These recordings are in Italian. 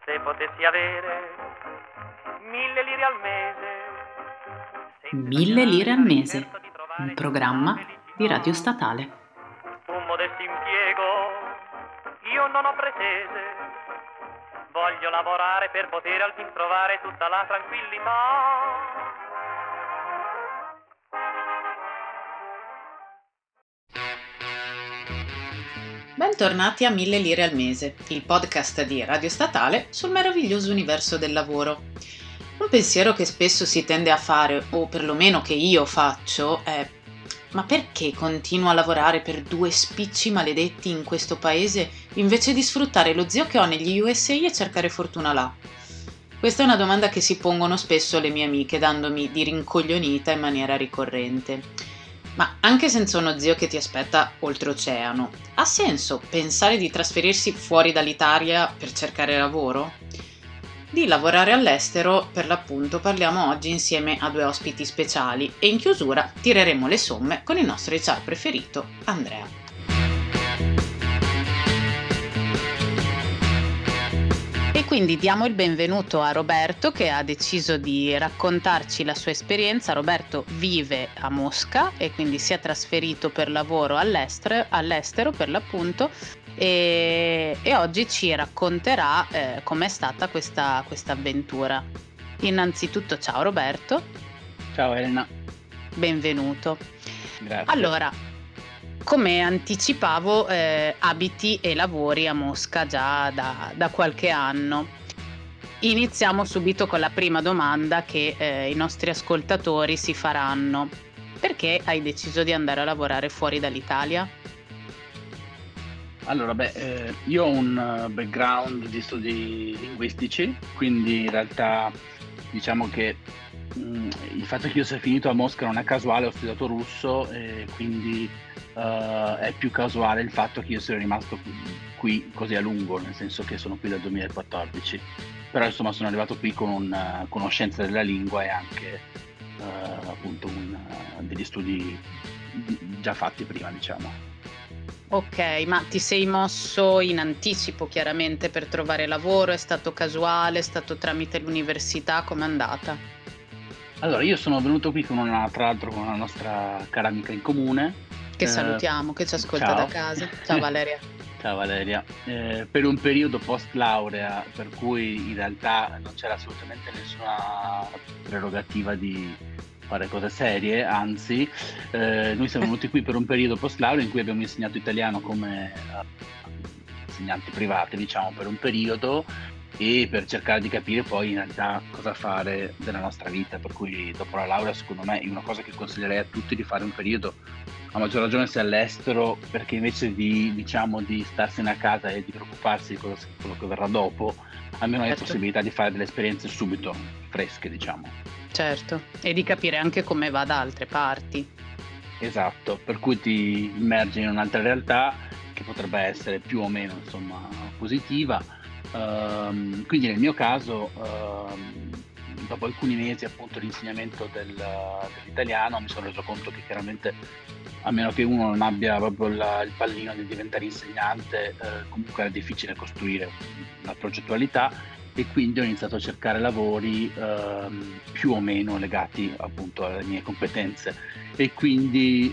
Se potessi avere 1.000 lire al mese. 1.000 lire al mese, un programma di Radio Statale. Un modesto impiego, io non ho pretese. Voglio lavorare per poter al fin trovare tutta la tranquillità. Bentornati a 1.000 lire al mese, il podcast di Radio Statale sul meraviglioso universo del lavoro. Un pensiero che spesso si tende a fare, o perlomeno che io faccio, è: ma perché continuo a lavorare per due spicci maledetti in questo paese invece di sfruttare lo zio che ho negli USA e cercare fortuna là? Questa è una domanda che si pongono spesso le mie amiche, dandomi di rincoglionita in maniera ricorrente. Ma anche senza uno zio che ti aspetta oltreoceano, ha senso pensare di trasferirsi fuori dall'Italia per cercare lavoro? Di lavorare all'estero, per l'appunto, parliamo oggi insieme a due ospiti speciali e in chiusura tireremo le somme con il nostro HR preferito, Andrea. E quindi diamo il benvenuto a Roberto, che ha deciso di raccontarci la sua esperienza. Roberto vive a Mosca e quindi si è trasferito per lavoro all'estero per l'appunto, e oggi ci racconterà com'è stata questa avventura. Innanzitutto ciao Roberto. Ciao Elena. Benvenuto. Grazie. Allora, come anticipavo, abiti e lavori a Mosca già da qualche anno. Iniziamo subito con la prima domanda che i nostri ascoltatori si faranno. Perché hai deciso di andare a lavorare fuori dall'Italia? Allora, io ho un background di studi linguistici, quindi in realtà diciamo che il fatto che io sia finito a Mosca non è casuale. Ho studiato russo e quindi è più casuale il fatto che io sia rimasto qui così a lungo, nel senso che sono qui dal 2014. Però insomma sono arrivato qui con una conoscenza della lingua e anche appunto degli studi già fatti prima, diciamo. Ok, ma ti sei mosso in anticipo chiaramente per trovare lavoro? È stato casuale? È stato tramite l'università? Com'è andata? Allora, io sono venuto qui tra l'altro con una nostra cara amica in comune. Che salutiamo, che ci ascolta ciao. da casa. Ciao Valeria. Ciao Valeria. Per un periodo post laurea, per cui in realtà non c'era assolutamente nessuna prerogativa di fare cose serie, anzi, noi siamo venuti qui per un periodo post laurea in cui abbiamo insegnato italiano come insegnanti privati, diciamo, per un periodo, e per cercare di capire poi in realtà cosa fare della nostra vita. Per cui dopo la laurea, secondo me, è una cosa che consiglierei a tutti di fare un periodo, a maggior ragione se all'estero, perché invece di starsene a casa e di preoccuparsi di quello che verrà dopo, almeno hai la possibilità di fare delle esperienze subito fresche, diciamo. Certo, e di capire anche come va da altre parti. Esatto, per cui ti immergi in un'altra realtà che potrebbe essere più o meno, insomma, positiva. Quindi nel mio caso, dopo alcuni mesi appunto di insegnamento dell'italiano, mi sono reso conto che chiaramente, a meno che uno non abbia proprio il pallino di diventare insegnante, comunque era difficile costruire una progettualità, e quindi ho iniziato a cercare lavori più o meno legati appunto alle mie competenze. E quindi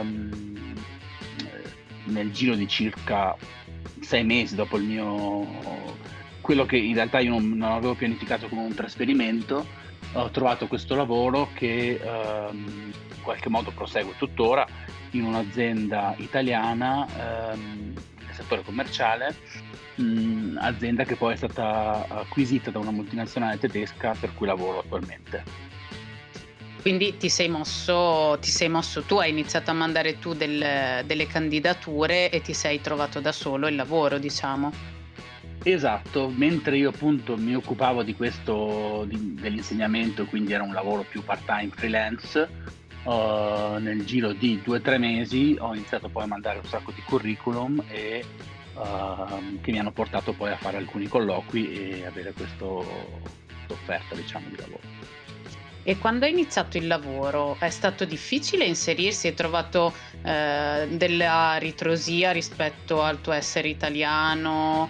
nel giro di circa 6 mesi dopo quello che in realtà io non avevo pianificato come un trasferimento, ho trovato questo lavoro che in qualche modo prosegue tuttora in un'azienda italiana nel settore commerciale, azienda che poi è stata acquisita da una multinazionale tedesca per cui lavoro attualmente. Quindi ti sei mosso tu, hai iniziato a mandare tu delle candidature e ti sei trovato da solo il lavoro, diciamo. Esatto, mentre io appunto mi occupavo dell'insegnamento, quindi era un lavoro più part-time freelance, nel giro di 2-3 mesi ho iniziato poi a mandare un sacco di curriculum e che mi hanno portato poi a fare alcuni colloqui e avere questa offerta, diciamo, di lavoro. E quando hai iniziato il lavoro è stato difficile inserirsi? Hai trovato della ritrosia rispetto al tuo essere italiano,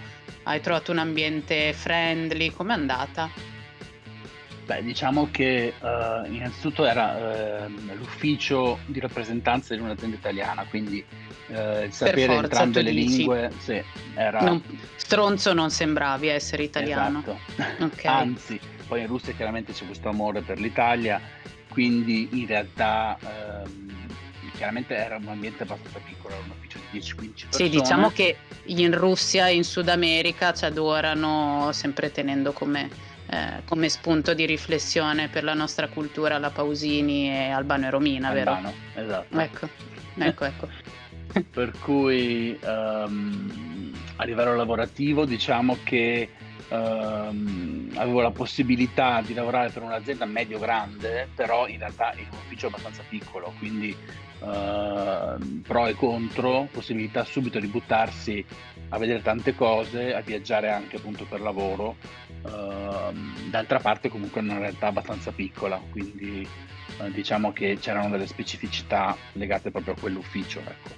Hai trovato un ambiente friendly? Com'è andata? Beh, diciamo che innanzitutto era l'ufficio di rappresentanza di un'azienda italiana, quindi il sapere forza, entrambe tu le dici. lingue, sì, era Stronzo non sembravi essere italiano. esatto. Ok. Anzi, poi in Russia chiaramente c'è questo amore per l'Italia, quindi in realtà chiaramente era un ambiente abbastanza piccolo, era un ufficio di 10-15 persone. Sì, diciamo che in Russia e in Sud America ci adorano, sempre tenendo come spunto di riflessione per la nostra cultura la Pausini e Albano e Romina, vero? Albano, esatto. Ecco. Per cui a livello lavorativo diciamo che avevo la possibilità di lavorare per un'azienda medio-grande, però in realtà in un ufficio abbastanza piccolo, quindi pro e contro, possibilità subito di buttarsi a vedere tante cose, a viaggiare anche appunto per lavoro. D'altra parte comunque è una realtà abbastanza piccola, quindi diciamo che c'erano delle specificità legate proprio a quell'ufficio, ecco.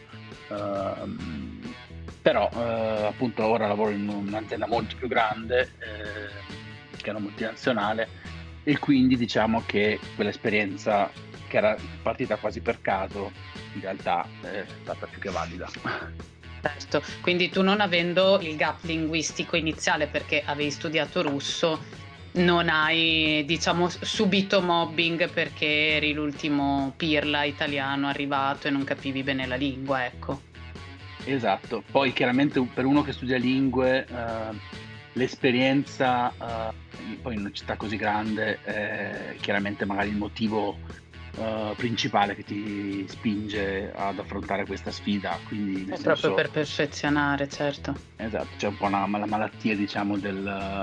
Però appunto ora lavoro in un'azienda molto più grande, che è una multinazionale, e quindi diciamo che quell'esperienza che era partita quasi per caso in realtà è stata più che valida. Certo, quindi tu, non avendo il gap linguistico iniziale perché avevi studiato russo, non hai, diciamo, subito mobbing perché eri l'ultimo pirla italiano arrivato e non capivi bene la lingua, ecco. Esatto, poi chiaramente per uno che studia lingue l'esperienza poi in una città così grande è chiaramente magari il motivo principale che ti spinge ad affrontare questa sfida, quindi nel Proprio senso, per perfezionare, certo. esatto, c'è un po' la malattia, diciamo, di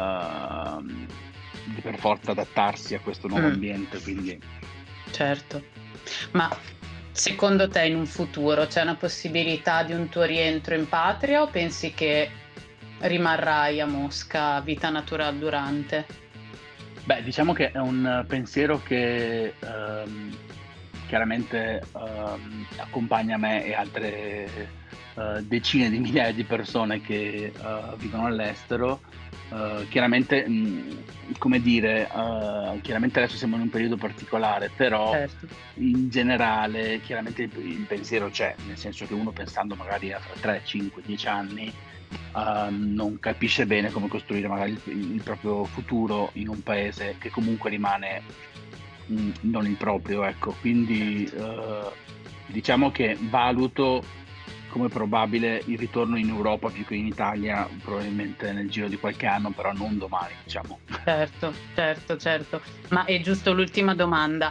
per forza adattarsi a questo nuovo ambiente, quindi Certo. Ma secondo te in un futuro c'è una possibilità di un tuo rientro in patria o pensi che rimarrai a Mosca vita natural durante? beh, diciamo che è un pensiero che chiaramente accompagna me e altre decine di migliaia di persone che vivono all'estero. Chiaramente, come dire, chiaramente adesso siamo in un periodo particolare, però Certo. in generale chiaramente il pensiero c'è, nel senso che uno pensando magari a fra 3, 5, 10 anni non capisce bene come costruire magari il proprio futuro in un paese che comunque rimane non il proprio, ecco. Quindi diciamo che valuto come probabile il ritorno in Europa più che in Italia, probabilmente nel giro di qualche anno, però non domani, diciamo. Certo. Ma è giusto l'ultima domanda.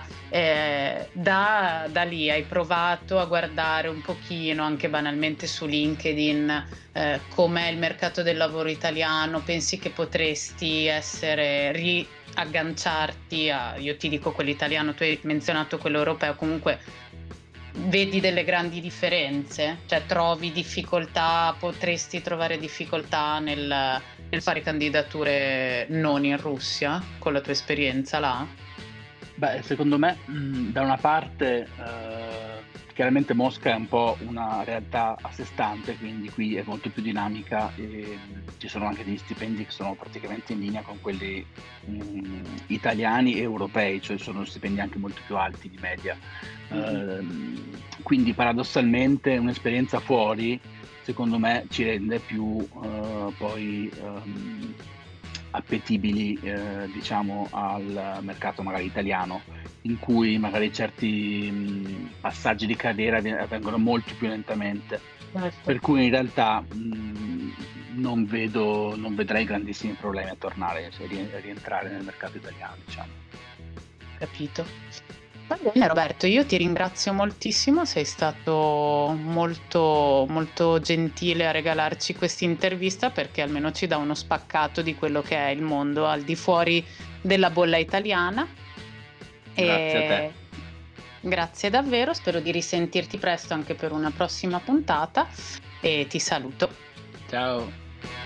Da lì hai provato a guardare un pochino, anche banalmente su LinkedIn, com'è il mercato del lavoro italiano? Pensi che potresti riagganciarti io ti dico quello italiano, tu hai menzionato quello europeo, comunque vedi delle grandi differenze? Cioè potresti trovare difficoltà nel fare candidature non in Russia con la tua esperienza là? Beh, secondo me, da una parte, chiaramente Mosca è un po' una realtà a sé stante, quindi qui è molto più dinamica e ci sono anche degli stipendi che sono praticamente in linea con quelli italiani e europei, cioè sono stipendi anche molto più alti di media. Quindi paradossalmente un'esperienza fuori, secondo me, ci rende più poi appetibili, diciamo, al mercato magari italiano, in cui magari certi passaggi di carriera avvengono molto più lentamente. Certo. Per cui in realtà non vedrei grandissimi problemi a tornare, a rientrare nel mercato italiano, diciamo. Capito. Va bene Roberto, io ti ringrazio moltissimo, sei stato molto, molto gentile a regalarci questa intervista perché almeno ci dà uno spaccato di quello che è il mondo al di fuori della bolla italiana. Grazie a te. Grazie davvero, spero di risentirti presto anche per una prossima puntata e ti saluto. Ciao.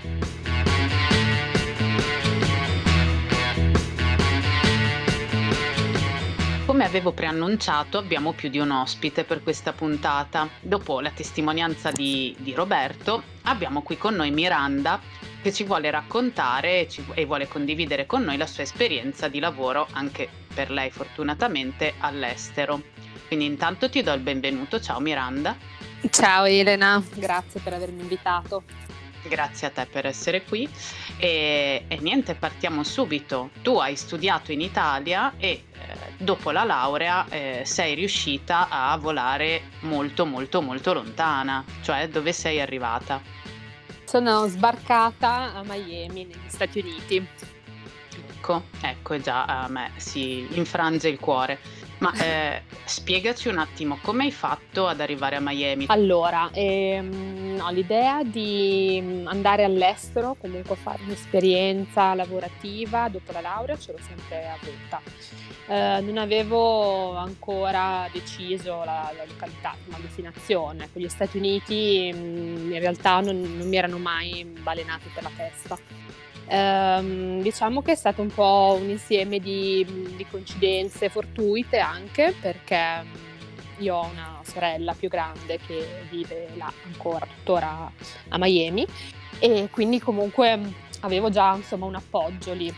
Come avevo preannunciato, abbiamo più di un ospite per questa puntata. Dopo la testimonianza di Roberto, abbiamo qui con noi Miranda, che ci vuole raccontare e vuole condividere con noi la sua esperienza di lavoro, anche per lei fortunatamente, all'estero. Quindi intanto ti do il benvenuto. Ciao Miranda. Ciao Elena, grazie per avermi invitato. Grazie a te per essere qui e niente, partiamo subito. Tu hai studiato in Italia e dopo la laurea sei riuscita a volare molto molto molto lontana, cioè dove sei arrivata? Sono sbarcata a Miami, negli Stati Uniti. Ecco, già a me si infrange il cuore. Ma spiegaci un attimo come hai fatto ad arrivare a Miami? Allora, ho l'idea di andare all'estero, comunque fare un'esperienza lavorativa dopo la laurea, ce l'ho sempre avuta. Non avevo ancora deciso la località, la destinazione. Con gli Stati Uniti in realtà non mi erano mai balenati per la testa. Diciamo che è stato un po' un insieme di coincidenze fortuite, anche perché io ho una sorella più grande che vive là ancora tuttora a Miami, e quindi comunque avevo già insomma un appoggio lì.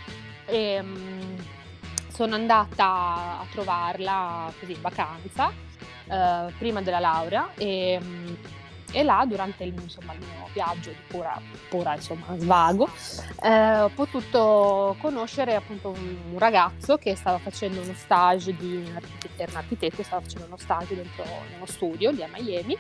Sono andata a trovarla così in vacanza prima della laurea, e là durante il mio viaggio di pura insomma svago ho potuto conoscere appunto un ragazzo che stava facendo uno stage era un architetto, stava facendo uno stage dentro uno studio lì a Miami,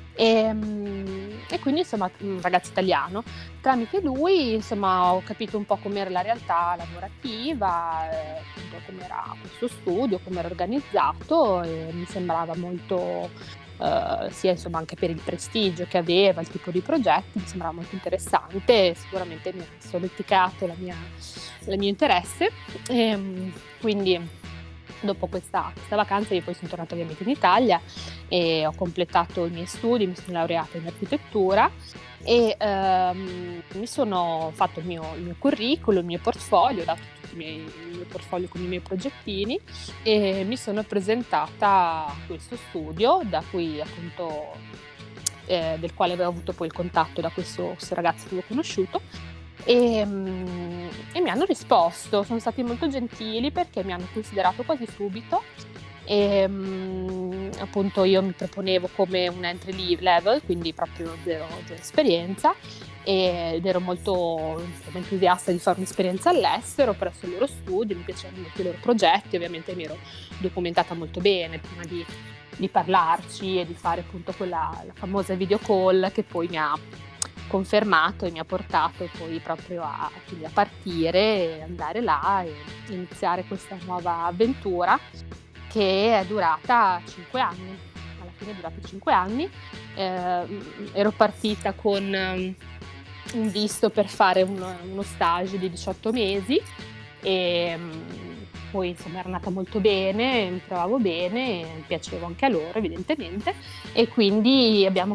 e quindi insomma un ragazzo italiano. Tramite lui insomma ho capito un po' com'era la realtà lavorativa, appunto com'era questo studio, com'era organizzato, e mi sembrava molto sia insomma anche per il prestigio che aveva, il tipo di progetti, mi sembrava molto interessante, sicuramente mi ha solleticato il mio interesse, e quindi dopo questa vacanza io poi sono tornata ovviamente in Italia e ho completato i miei studi, mi sono laureata in architettura e mi sono fatto il mio curriculum, il mio portfolio, ho dato tutti il mio portfolio con i miei progettini e mi sono presentata a questo studio da cui appunto del quale avevo avuto poi il contatto da questo ragazzo che avevo conosciuto. E mi hanno risposto, sono stati molto gentili perché mi hanno considerato quasi subito e appunto io mi proponevo come un entry level, quindi proprio zero esperienza, ed ero molto entusiasta di fare un'esperienza all'estero presso il loro studio, mi piacevano molto i loro progetti, ovviamente mi ero documentata molto bene prima di parlarci e di fare appunto la famosa video call che poi mi ha confermato e mi ha portato poi proprio a partire e andare là e iniziare questa nuova avventura che è durata 5 anni. Alla fine è durata 5 anni. Ero partita con un visto per fare uno stage di 18 mesi e poi insomma era andata molto bene, mi trovavo bene, mi piacevo anche a loro evidentemente, e quindi abbiamo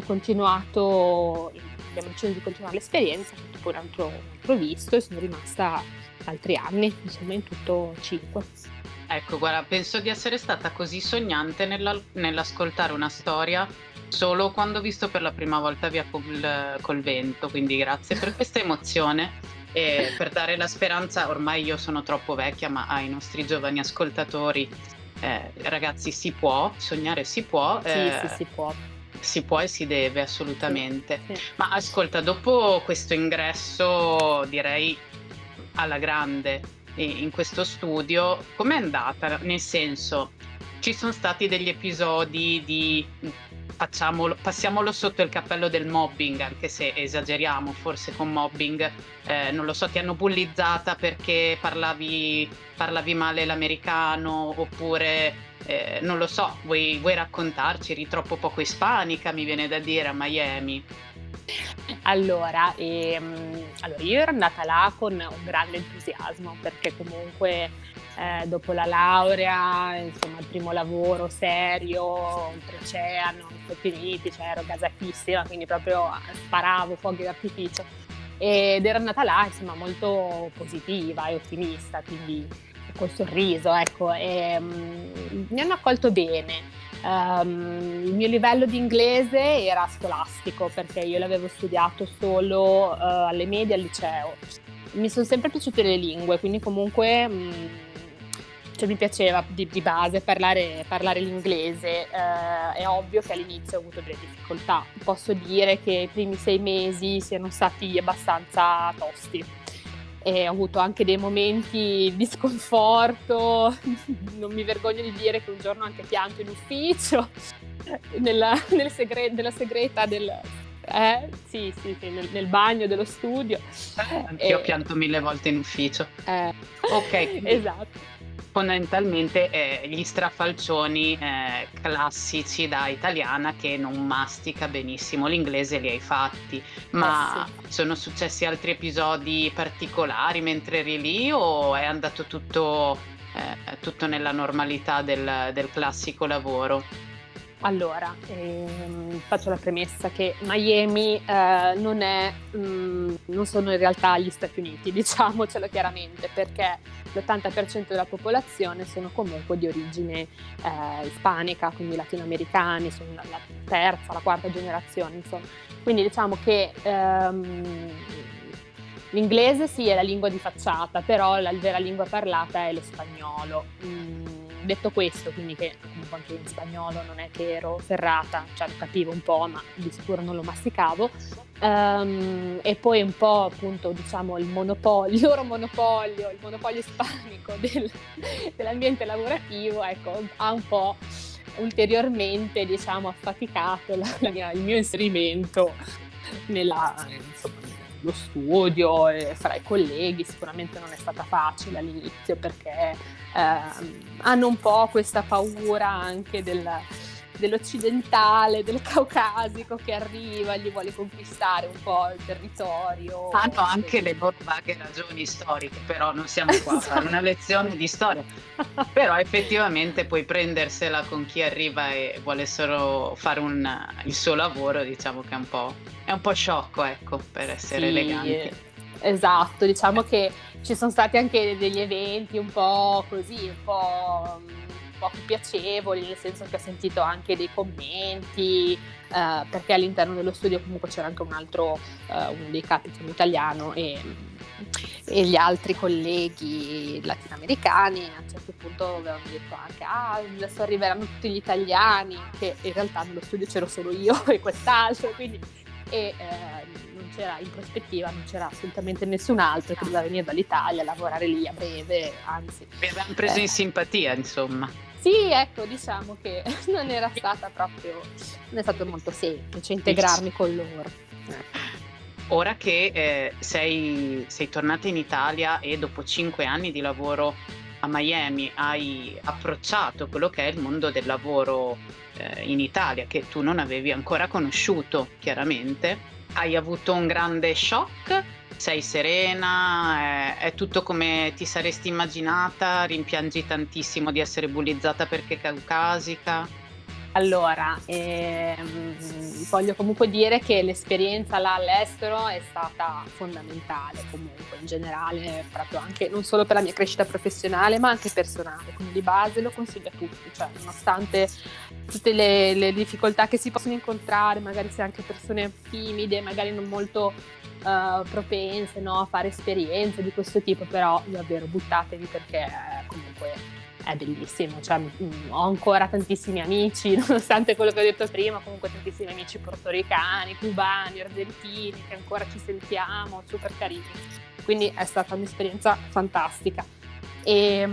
deciso di continuare l'esperienza, ho fatto poi un altro visto e sono rimasta altri anni, insomma in tutto 5. Ecco, guarda, penso di essere stata così sognante nell'ascoltare una storia solo quando ho visto per la prima volta Via col vento, quindi grazie per questa emozione e per dare la speranza. Ormai io sono troppo vecchia, ma ai nostri giovani ascoltatori, ragazzi, si può, sognare si può. Sì, si può. Si può e si deve, assolutamente. Sì. Ma ascolta, dopo questo ingresso, direi alla grande in questo studio, com'è andata? Nel senso, ci sono stati degli episodi di passiamolo sotto il cappello del mobbing, anche se esageriamo forse con mobbing, non lo so, ti hanno bullizzata perché parlavi male l'americano, oppure non lo so, vuoi raccontarci? Eri troppo poco ispanica, mi viene da dire, a Miami. Allora, io ero andata là con un grande entusiasmo perché comunque dopo la laurea, insomma il primo lavoro serio, oltreoceano, negli Stati Uniti, cioè ero gasatissima, quindi proprio sparavo fuochi d'artificio ed ero andata là insomma molto positiva e ottimista, quindi col sorriso, ecco, e mi hanno accolto bene. Il mio livello di inglese era scolastico, perché io l'avevo studiato solo alle medie e al liceo. Mi sono sempre piaciute le lingue, quindi comunque cioè mi piaceva di base parlare l'inglese. È ovvio che all'inizio ho avuto delle difficoltà. Posso dire che i primi 6 mesi siano stati abbastanza tosti. E ho avuto anche dei momenti di sconforto, non mi vergogno di dire che un giorno ho anche pianto in ufficio, nella segreta nel bagno dello studio. Anch'io ho pianto 1000 volte in ufficio. Ok, esatto. Fondamentalmente gli strafalcioni classici da italiana che non mastica benissimo l'inglese li hai fatti, ma Sì. sono successi altri episodi particolari mentre eri lì o è andato tutto nella normalità del classico lavoro? Allora, faccio la premessa che Miami non sono in realtà gli Stati Uniti, diciamocelo chiaramente, perché l'80% della popolazione sono comunque di origine ispanica, quindi latinoamericani, sono la terza, la quarta generazione, insomma. Quindi diciamo che l'inglese sì è la lingua di facciata, però la vera lingua parlata è lo spagnolo. Detto questo, quindi che comunque anche in spagnolo non è che ero ferrata, cioè lo capivo un po', ma di sicuro non lo masticavo. E poi un po' appunto diciamo il loro monopolio, il monopolio ispanico dell'ambiente lavorativo, ecco, ha un po' ulteriormente diciamo affaticato il mio inserimento nello studio e fra i colleghi. Sicuramente non è stata facile all'inizio perché hanno un po' questa paura anche dell'occidentale, del caucasico che arriva, gli vuole conquistare un po' il territorio. Hanno anche le loro vaghe ragioni storiche, però non siamo qua a fare una lezione di storia. Però effettivamente puoi prendersela con chi arriva e vuole solo fare il suo lavoro, diciamo che è un po' sciocco, ecco, per essere eleganti. Esatto, diciamo che ci sono stati anche degli eventi un po' così, un po' più piacevoli, nel senso che ho sentito anche dei commenti, perché all'interno dello studio comunque c'era anche uno dei capi che è un italiano e gli altri colleghi latinoamericani a un certo punto avevano detto anche adesso arriveranno tutti gli italiani, che in realtà nello studio c'ero solo io e quest'altro, quindi non c'era in prospettiva, non c'era assolutamente nessun altro che doveva venire dall'Italia a lavorare lì a breve, anzi. Vi avevano preso in simpatia, insomma. Sì, ecco, diciamo che non è stato molto semplice integrarmi con loro. Ora che sei tornata in Italia e dopo 5 anni di lavoro a Miami hai approcciato quello che è il mondo del lavoro in Italia, che tu non avevi ancora conosciuto, chiaramente. Hai avuto un grande shock? Sei serena? È tutto come ti saresti immaginata? Rimpiangi tantissimo di essere bullizzata perché caucasica? Allora, voglio comunque dire che l'esperienza là all'estero è stata fondamentale comunque, in generale, proprio anche non solo per la mia crescita professionale ma anche personale, quindi di base lo consiglio a tutti, cioè nonostante tutte le difficoltà che si possono incontrare, magari se anche persone timide, magari non molto propense, no, a fare esperienze di questo tipo, però davvero buttatevi perché comunque è bellissimo, cioè, ho ancora tantissimi amici, nonostante quello che ho detto prima, comunque tantissimi amici portoricani, cubani, argentini, che ancora ci sentiamo, super carini, quindi è stata un'esperienza fantastica e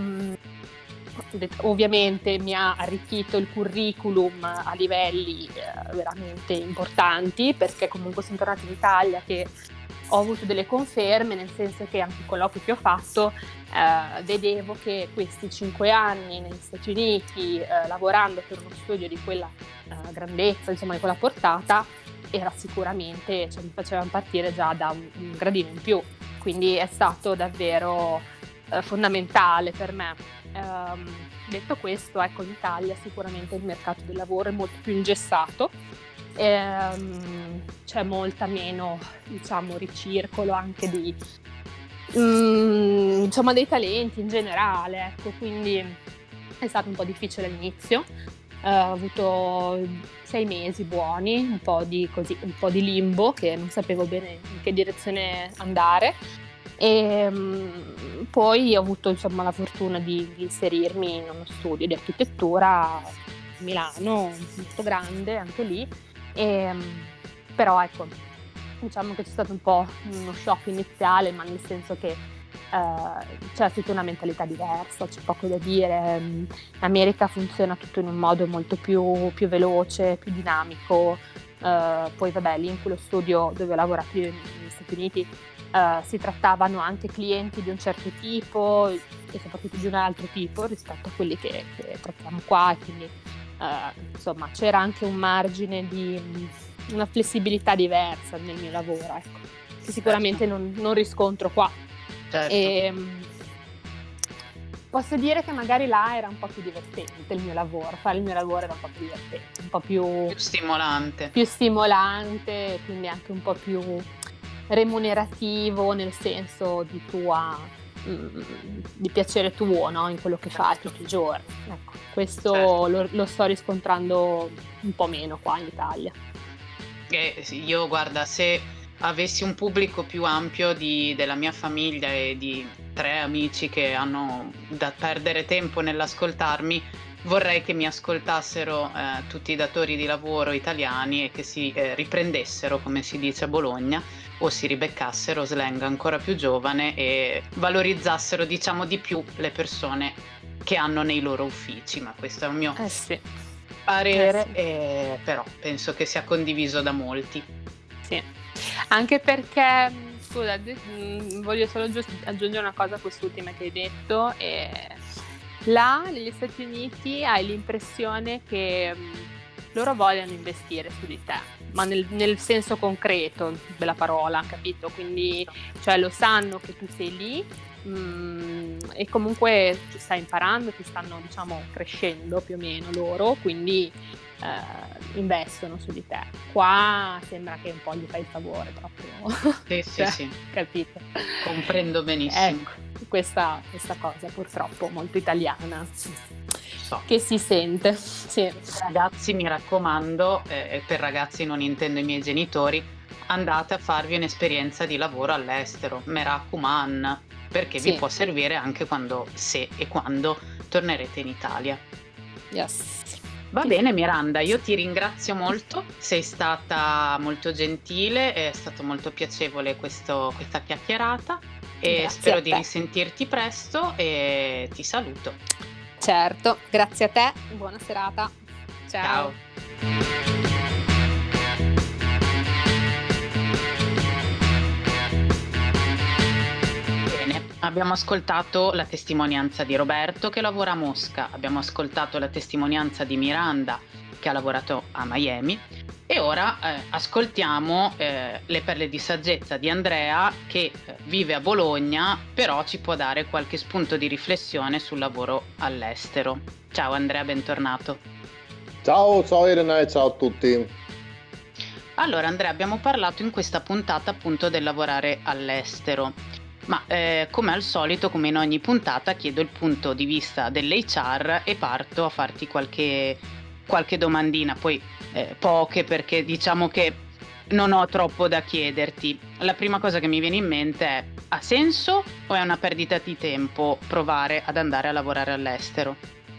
ovviamente mi ha arricchito il curriculum a livelli veramente importanti, perché comunque sono tornata in Italia che ho avuto delle conferme, nel senso che anche i colloqui che ho fatto vedevo che questi 5 anni negli Stati Uniti lavorando per uno studio di quella grandezza, insomma di quella portata, era sicuramente, cioè, mi facevano partire già da un gradino in più, quindi è stato davvero fondamentale per me. Detto questo, ecco, in Italia sicuramente il mercato del lavoro è molto più ingessato, c'è molta meno, diciamo, ricircolo anche Insomma, dei talenti in generale, ecco, quindi è stato un po' difficile all'inizio. Ho avuto 6 mesi buoni, un po' di limbo, che non sapevo bene in che direzione andare. E poi ho avuto, insomma, la fortuna di inserirmi in uno studio di architettura a Milano, molto grande anche lì. Però ecco, diciamo che c'è stato un po' uno shock iniziale, ma nel senso che c'è tutta una mentalità diversa, c'è poco da dire. In America funziona tutto in un modo molto più veloce, più dinamico. Poi vabbè, lì in quello studio dove ho lavorato io negli Stati Uniti si trattavano anche clienti di un certo tipo e soprattutto di un altro tipo rispetto a quelli che trattiamo qua, e quindi insomma c'era anche un margine di una flessibilità diversa nel mio lavoro, ecco, che sicuramente non riscontro qua. Certo. Posso dire che magari là era un po' più divertente il mio lavoro, fare il mio lavoro era un po' più divertente, un po' Più stimolante. più stimolante, quindi anche un po' più remunerativo nel senso di piacere tuo, no? In quello che fai tutti i giorni. Ecco, questo Certo. lo sto riscontrando un po' meno qua in Italia. Sì, io guarda, se avessi un pubblico più ampio della mia famiglia e di 3 amici che hanno da perdere tempo nell'ascoltarmi, vorrei che mi ascoltassero tutti i datori di lavoro italiani e che si riprendessero, come si dice a Bologna, o si ribeccassero slang ancora più giovane e valorizzassero, diciamo, di più le persone che hanno nei loro uffici. Ma questo è un mio Sì. parere, Sì. però penso che sia condiviso da molti. Sì, anche perché, scusa, voglio solo aggiungere una cosa a quest'ultima che hai detto. Là negli Stati Uniti hai l'impressione che loro vogliono investire su di te, ma nel senso concreto della parola, capito? Quindi, cioè, lo sanno che tu sei lì e comunque ci stai imparando, ti stanno, diciamo, crescendo più o meno loro, quindi investono su di te. Qua sembra che un po' gli fai il favore proprio. Sì, Cioè, sì, capito? comprendo benissimo. Ecco, questa cosa purtroppo molto italiana So. che si sente. Sì. Ragazzi, mi raccomando, e per ragazzi non intendo i miei genitori, andate a farvi un'esperienza di lavoro all'estero, me raccomando, perché vi Sì. può servire anche se e quando tornerete in Italia. Yes. Va bene Miranda, io ti ringrazio molto, sei stata molto gentile, è stato molto piacevole questa chiacchierata e Grazie spero a di te. risentirti presto e ti saluto. Certo, grazie a te, buona serata. Ciao. Bene, abbiamo ascoltato la testimonianza di Roberto che lavora a Mosca, abbiamo ascoltato la testimonianza di Miranda che ha lavorato a Miami e ora ascoltiamo le perle di saggezza di Andrea che vive a Bologna, però ci può dare qualche spunto di riflessione sul lavoro all'estero. Ciao Andrea, bentornato. Ciao Elena e ciao a tutti. Allora Andrea, abbiamo parlato in questa puntata appunto del lavorare all'estero, ma come al solito, come in ogni puntata, chiedo il punto di vista dell'HR e parto a farti qualche domandina, poi poche perché diciamo che non ho troppo da chiederti. La prima cosa che mi viene in mente è: ha senso o è una perdita di tempo provare ad andare a lavorare all'estero?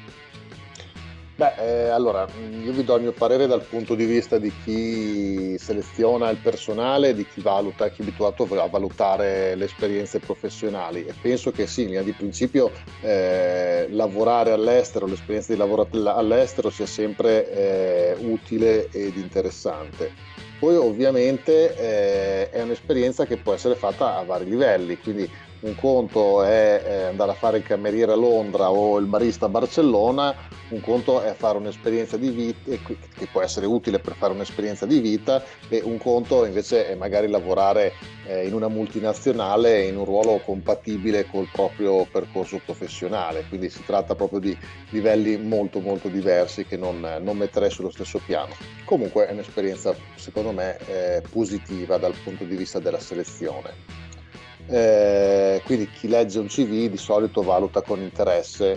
Allora, io vi do il mio parere dal punto di vista di chi seleziona il personale, di chi valuta, chi è abituato a valutare le esperienze professionali, e penso che sì, in linea di principio lavorare all'estero, l'esperienza di lavoro all'estero sia sempre utile ed interessante. Poi ovviamente è un'esperienza che può essere fatta a vari livelli, quindi un conto è andare a fare il cameriere a Londra o il barista a Barcellona, un conto è fare un'esperienza di vita che può essere utile per fare un'esperienza di vita, e un conto invece è magari lavorare in una multinazionale in un ruolo compatibile col proprio percorso professionale, quindi si tratta proprio di livelli molto molto diversi che non metterei sullo stesso piano. Comunque è un'esperienza secondo me positiva dal punto di vista della selezione. Quindi chi legge un CV di solito valuta con interesse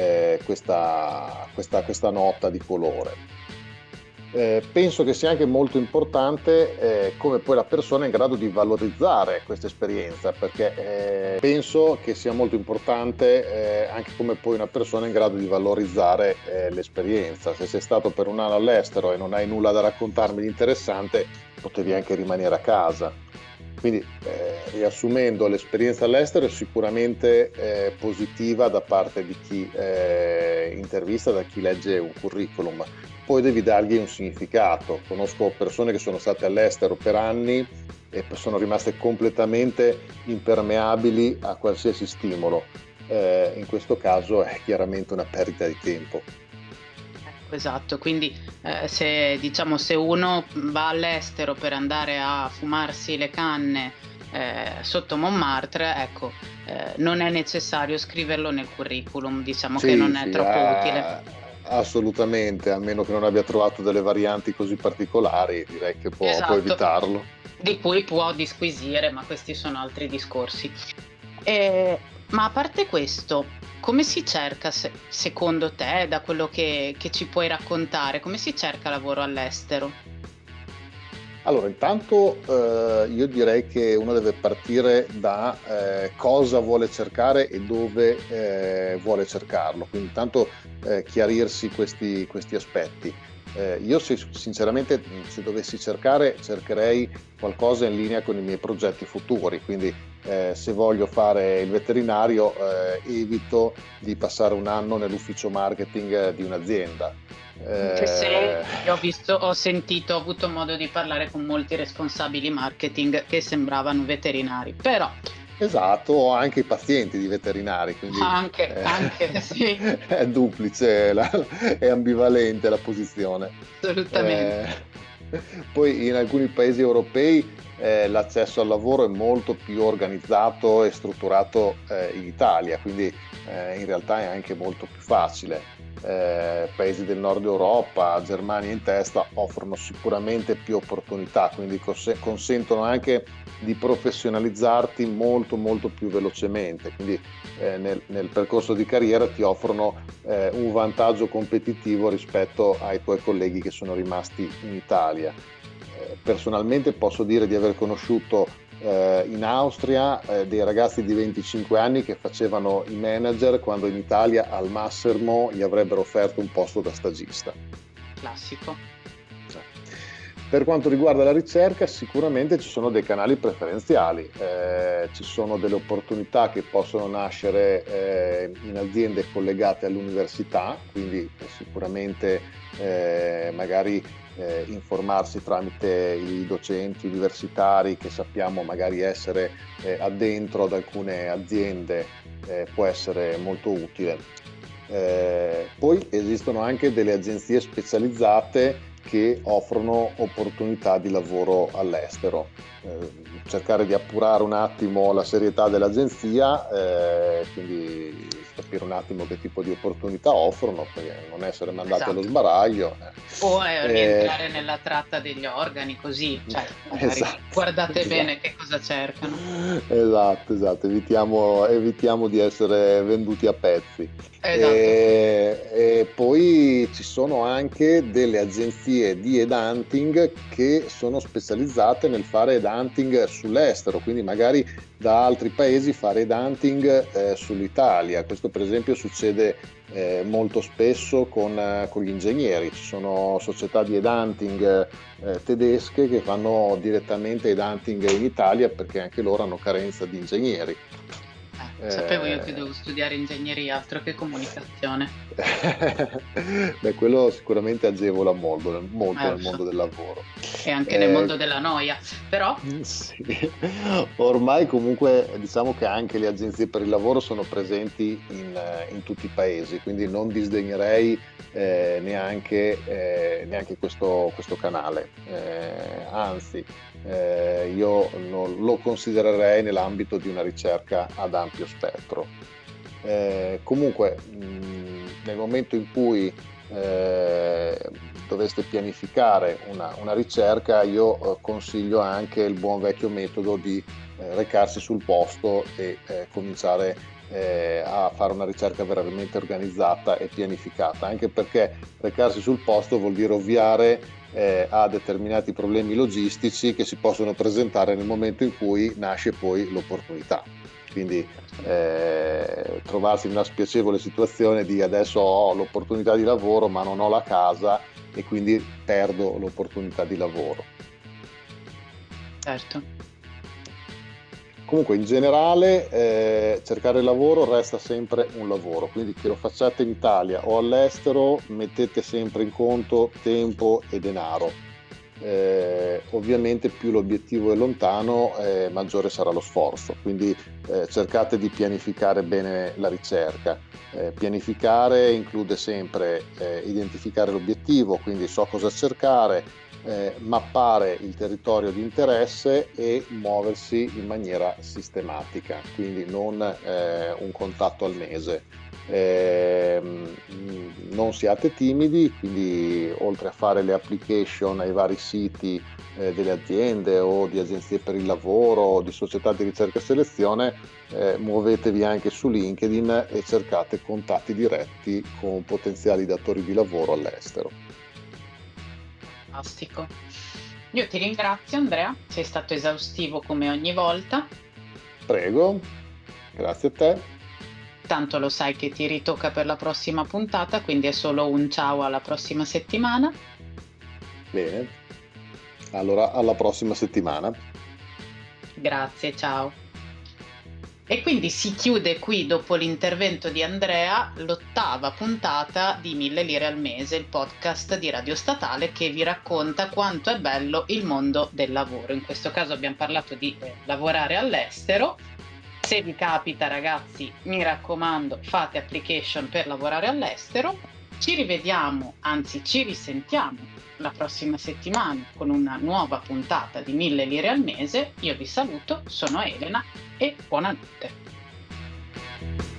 questa nota di colore. Penso che sia anche molto importante come poi la persona è in grado di valorizzare questa esperienza, perché penso che sia molto importante anche come poi una persona è in grado di valorizzare l'esperienza. Se sei stato per un anno all'estero e non hai nulla da raccontarmi di interessante, potevi anche rimanere a casa. Quindi, riassumendo, l'esperienza all'estero è sicuramente positiva da parte di chi intervista, da chi legge un curriculum. Poi devi dargli un significato. Conosco persone che sono state all'estero per anni e sono rimaste completamente impermeabili a qualsiasi stimolo. In questo caso è chiaramente una perdita di tempo. Esatto, quindi se uno va all'estero per andare a fumarsi le canne sotto Montmartre, ecco, non è necessario scriverlo nel curriculum, diciamo che non è troppo utile. Assolutamente, a meno che non abbia trovato delle varianti così particolari, direi che può evitarlo. Di cui può disquisire, ma questi sono altri discorsi. Ma a parte questo, come si cerca, secondo te, da quello che ci puoi raccontare, come si cerca lavoro all'estero? Allora, intanto io direi che uno deve partire da cosa vuole cercare e dove vuole cercarlo, quindi intanto chiarirsi questi aspetti. Io sinceramente, se dovessi cercherei qualcosa in linea con i miei progetti futuri, quindi se voglio fare il veterinario evito di passare un anno nell'ufficio marketing di un'azienda. Io ho sentito, ho avuto modo di parlare con molti responsabili marketing che sembravano veterinari, però esatto, o anche i pazienti di veterinari, quindi anche sì, è duplice, è ambivalente la posizione. Assolutamente. Poi in alcuni paesi europei l'accesso al lavoro è molto più organizzato e strutturato in Italia, quindi in realtà è anche molto più facile. Paesi del nord Europa, Germania in testa, offrono sicuramente più opportunità, quindi consentono anche di professionalizzarti molto molto più velocemente, quindi nel percorso di carriera ti offrono un vantaggio competitivo rispetto ai tuoi colleghi che sono rimasti in Italia. Personalmente posso dire di aver conosciuto in Austria dei ragazzi di 25 anni che facevano i manager quando in Italia al massimo gli avrebbero offerto un posto da stagista. Classico. Per quanto riguarda la ricerca, sicuramente ci sono dei canali preferenziali, ci sono delle opportunità che possono nascere in aziende collegate all'università, quindi sicuramente magari informarsi tramite i docenti universitari che sappiamo magari essere addentro ad alcune aziende può essere molto utile. Poi esistono anche delle agenzie specializzate che offrono opportunità di lavoro all'estero. Cercare di appurare un attimo la serietà dell'agenzia, quindi capire un attimo che tipo di opportunità offrono, perché non essere mandati allo sbaraglio. O rientrare nella tratta degli organi, così, cioè, guardate bene che cosa cercano. Esatto, evitiamo di essere venduti a pezzi. E poi ci sono anche delle agenzie di headhunting che sono specializzate nel fare headhunting sull'estero, quindi magari da altri paesi fare headhunting sull'Italia. Questo per esempio succede molto spesso con gli ingegneri. Ci sono società di headhunting tedesche che fanno direttamente headhunting in Italia perché anche loro hanno carenza di ingegneri. Sapevo io che devo studiare ingegneria, altro che comunicazione. Beh, quello sicuramente agevola molto nel mondo del lavoro. E anche nel mondo della noia, però... Sì. Ormai comunque diciamo che anche le agenzie per il lavoro sono presenti in tutti i paesi, quindi non disdegnerei neanche questo canale, anzi io lo considererei nell'ambito di una ricerca ad ampio spettro. Comunque nel momento in cui doveste pianificare una ricerca, io consiglio anche il buon vecchio metodo di recarsi sul posto e cominciare a fare una ricerca veramente organizzata e pianificata, anche perché recarsi sul posto vuol dire ovviare a determinati problemi logistici che si possono presentare nel momento in cui nasce poi l'opportunità. Quindi trovarsi in una spiacevole situazione di adesso ho l'opportunità di lavoro ma non ho la casa e quindi perdo l'opportunità di lavoro. Certo. Comunque in generale cercare lavoro resta sempre un lavoro, quindi che lo facciate in Italia o all'estero mettete sempre in conto tempo e denaro. Ovviamente più l'obiettivo è lontano maggiore sarà lo sforzo, quindi cercate di pianificare bene la ricerca. Pianificare include sempre identificare l'obiettivo, quindi so cosa cercare, mappare il territorio di interesse e muoversi in maniera sistematica, quindi non un contatto al mese. Non siate timidi, quindi oltre a fare le application ai vari siti delle aziende o di agenzie per il lavoro o di società di ricerca e selezione, muovetevi anche su LinkedIn e cercate contatti diretti con potenziali datori di lavoro all'estero. Fantastico. Io ti ringrazio Andrea, sei stato esaustivo come ogni volta. Prego, grazie a te. Tanto lo sai che ti ritocca per la prossima puntata, quindi è solo un ciao alla prossima settimana. Bene, allora alla prossima settimana. Grazie, ciao. E quindi si chiude qui, dopo l'intervento di Andrea, l'8ª puntata di 1000 lire al mese, il podcast di Radio Statale che vi racconta quanto è bello il mondo del lavoro. In questo caso abbiamo parlato di lavorare all'estero. Se vi capita, ragazzi, mi raccomando, fate application per lavorare all'estero. Ci rivediamo, anzi ci risentiamo la prossima settimana con una nuova puntata di 1000 lire al mese. Io vi saluto, sono Elena e buonanotte.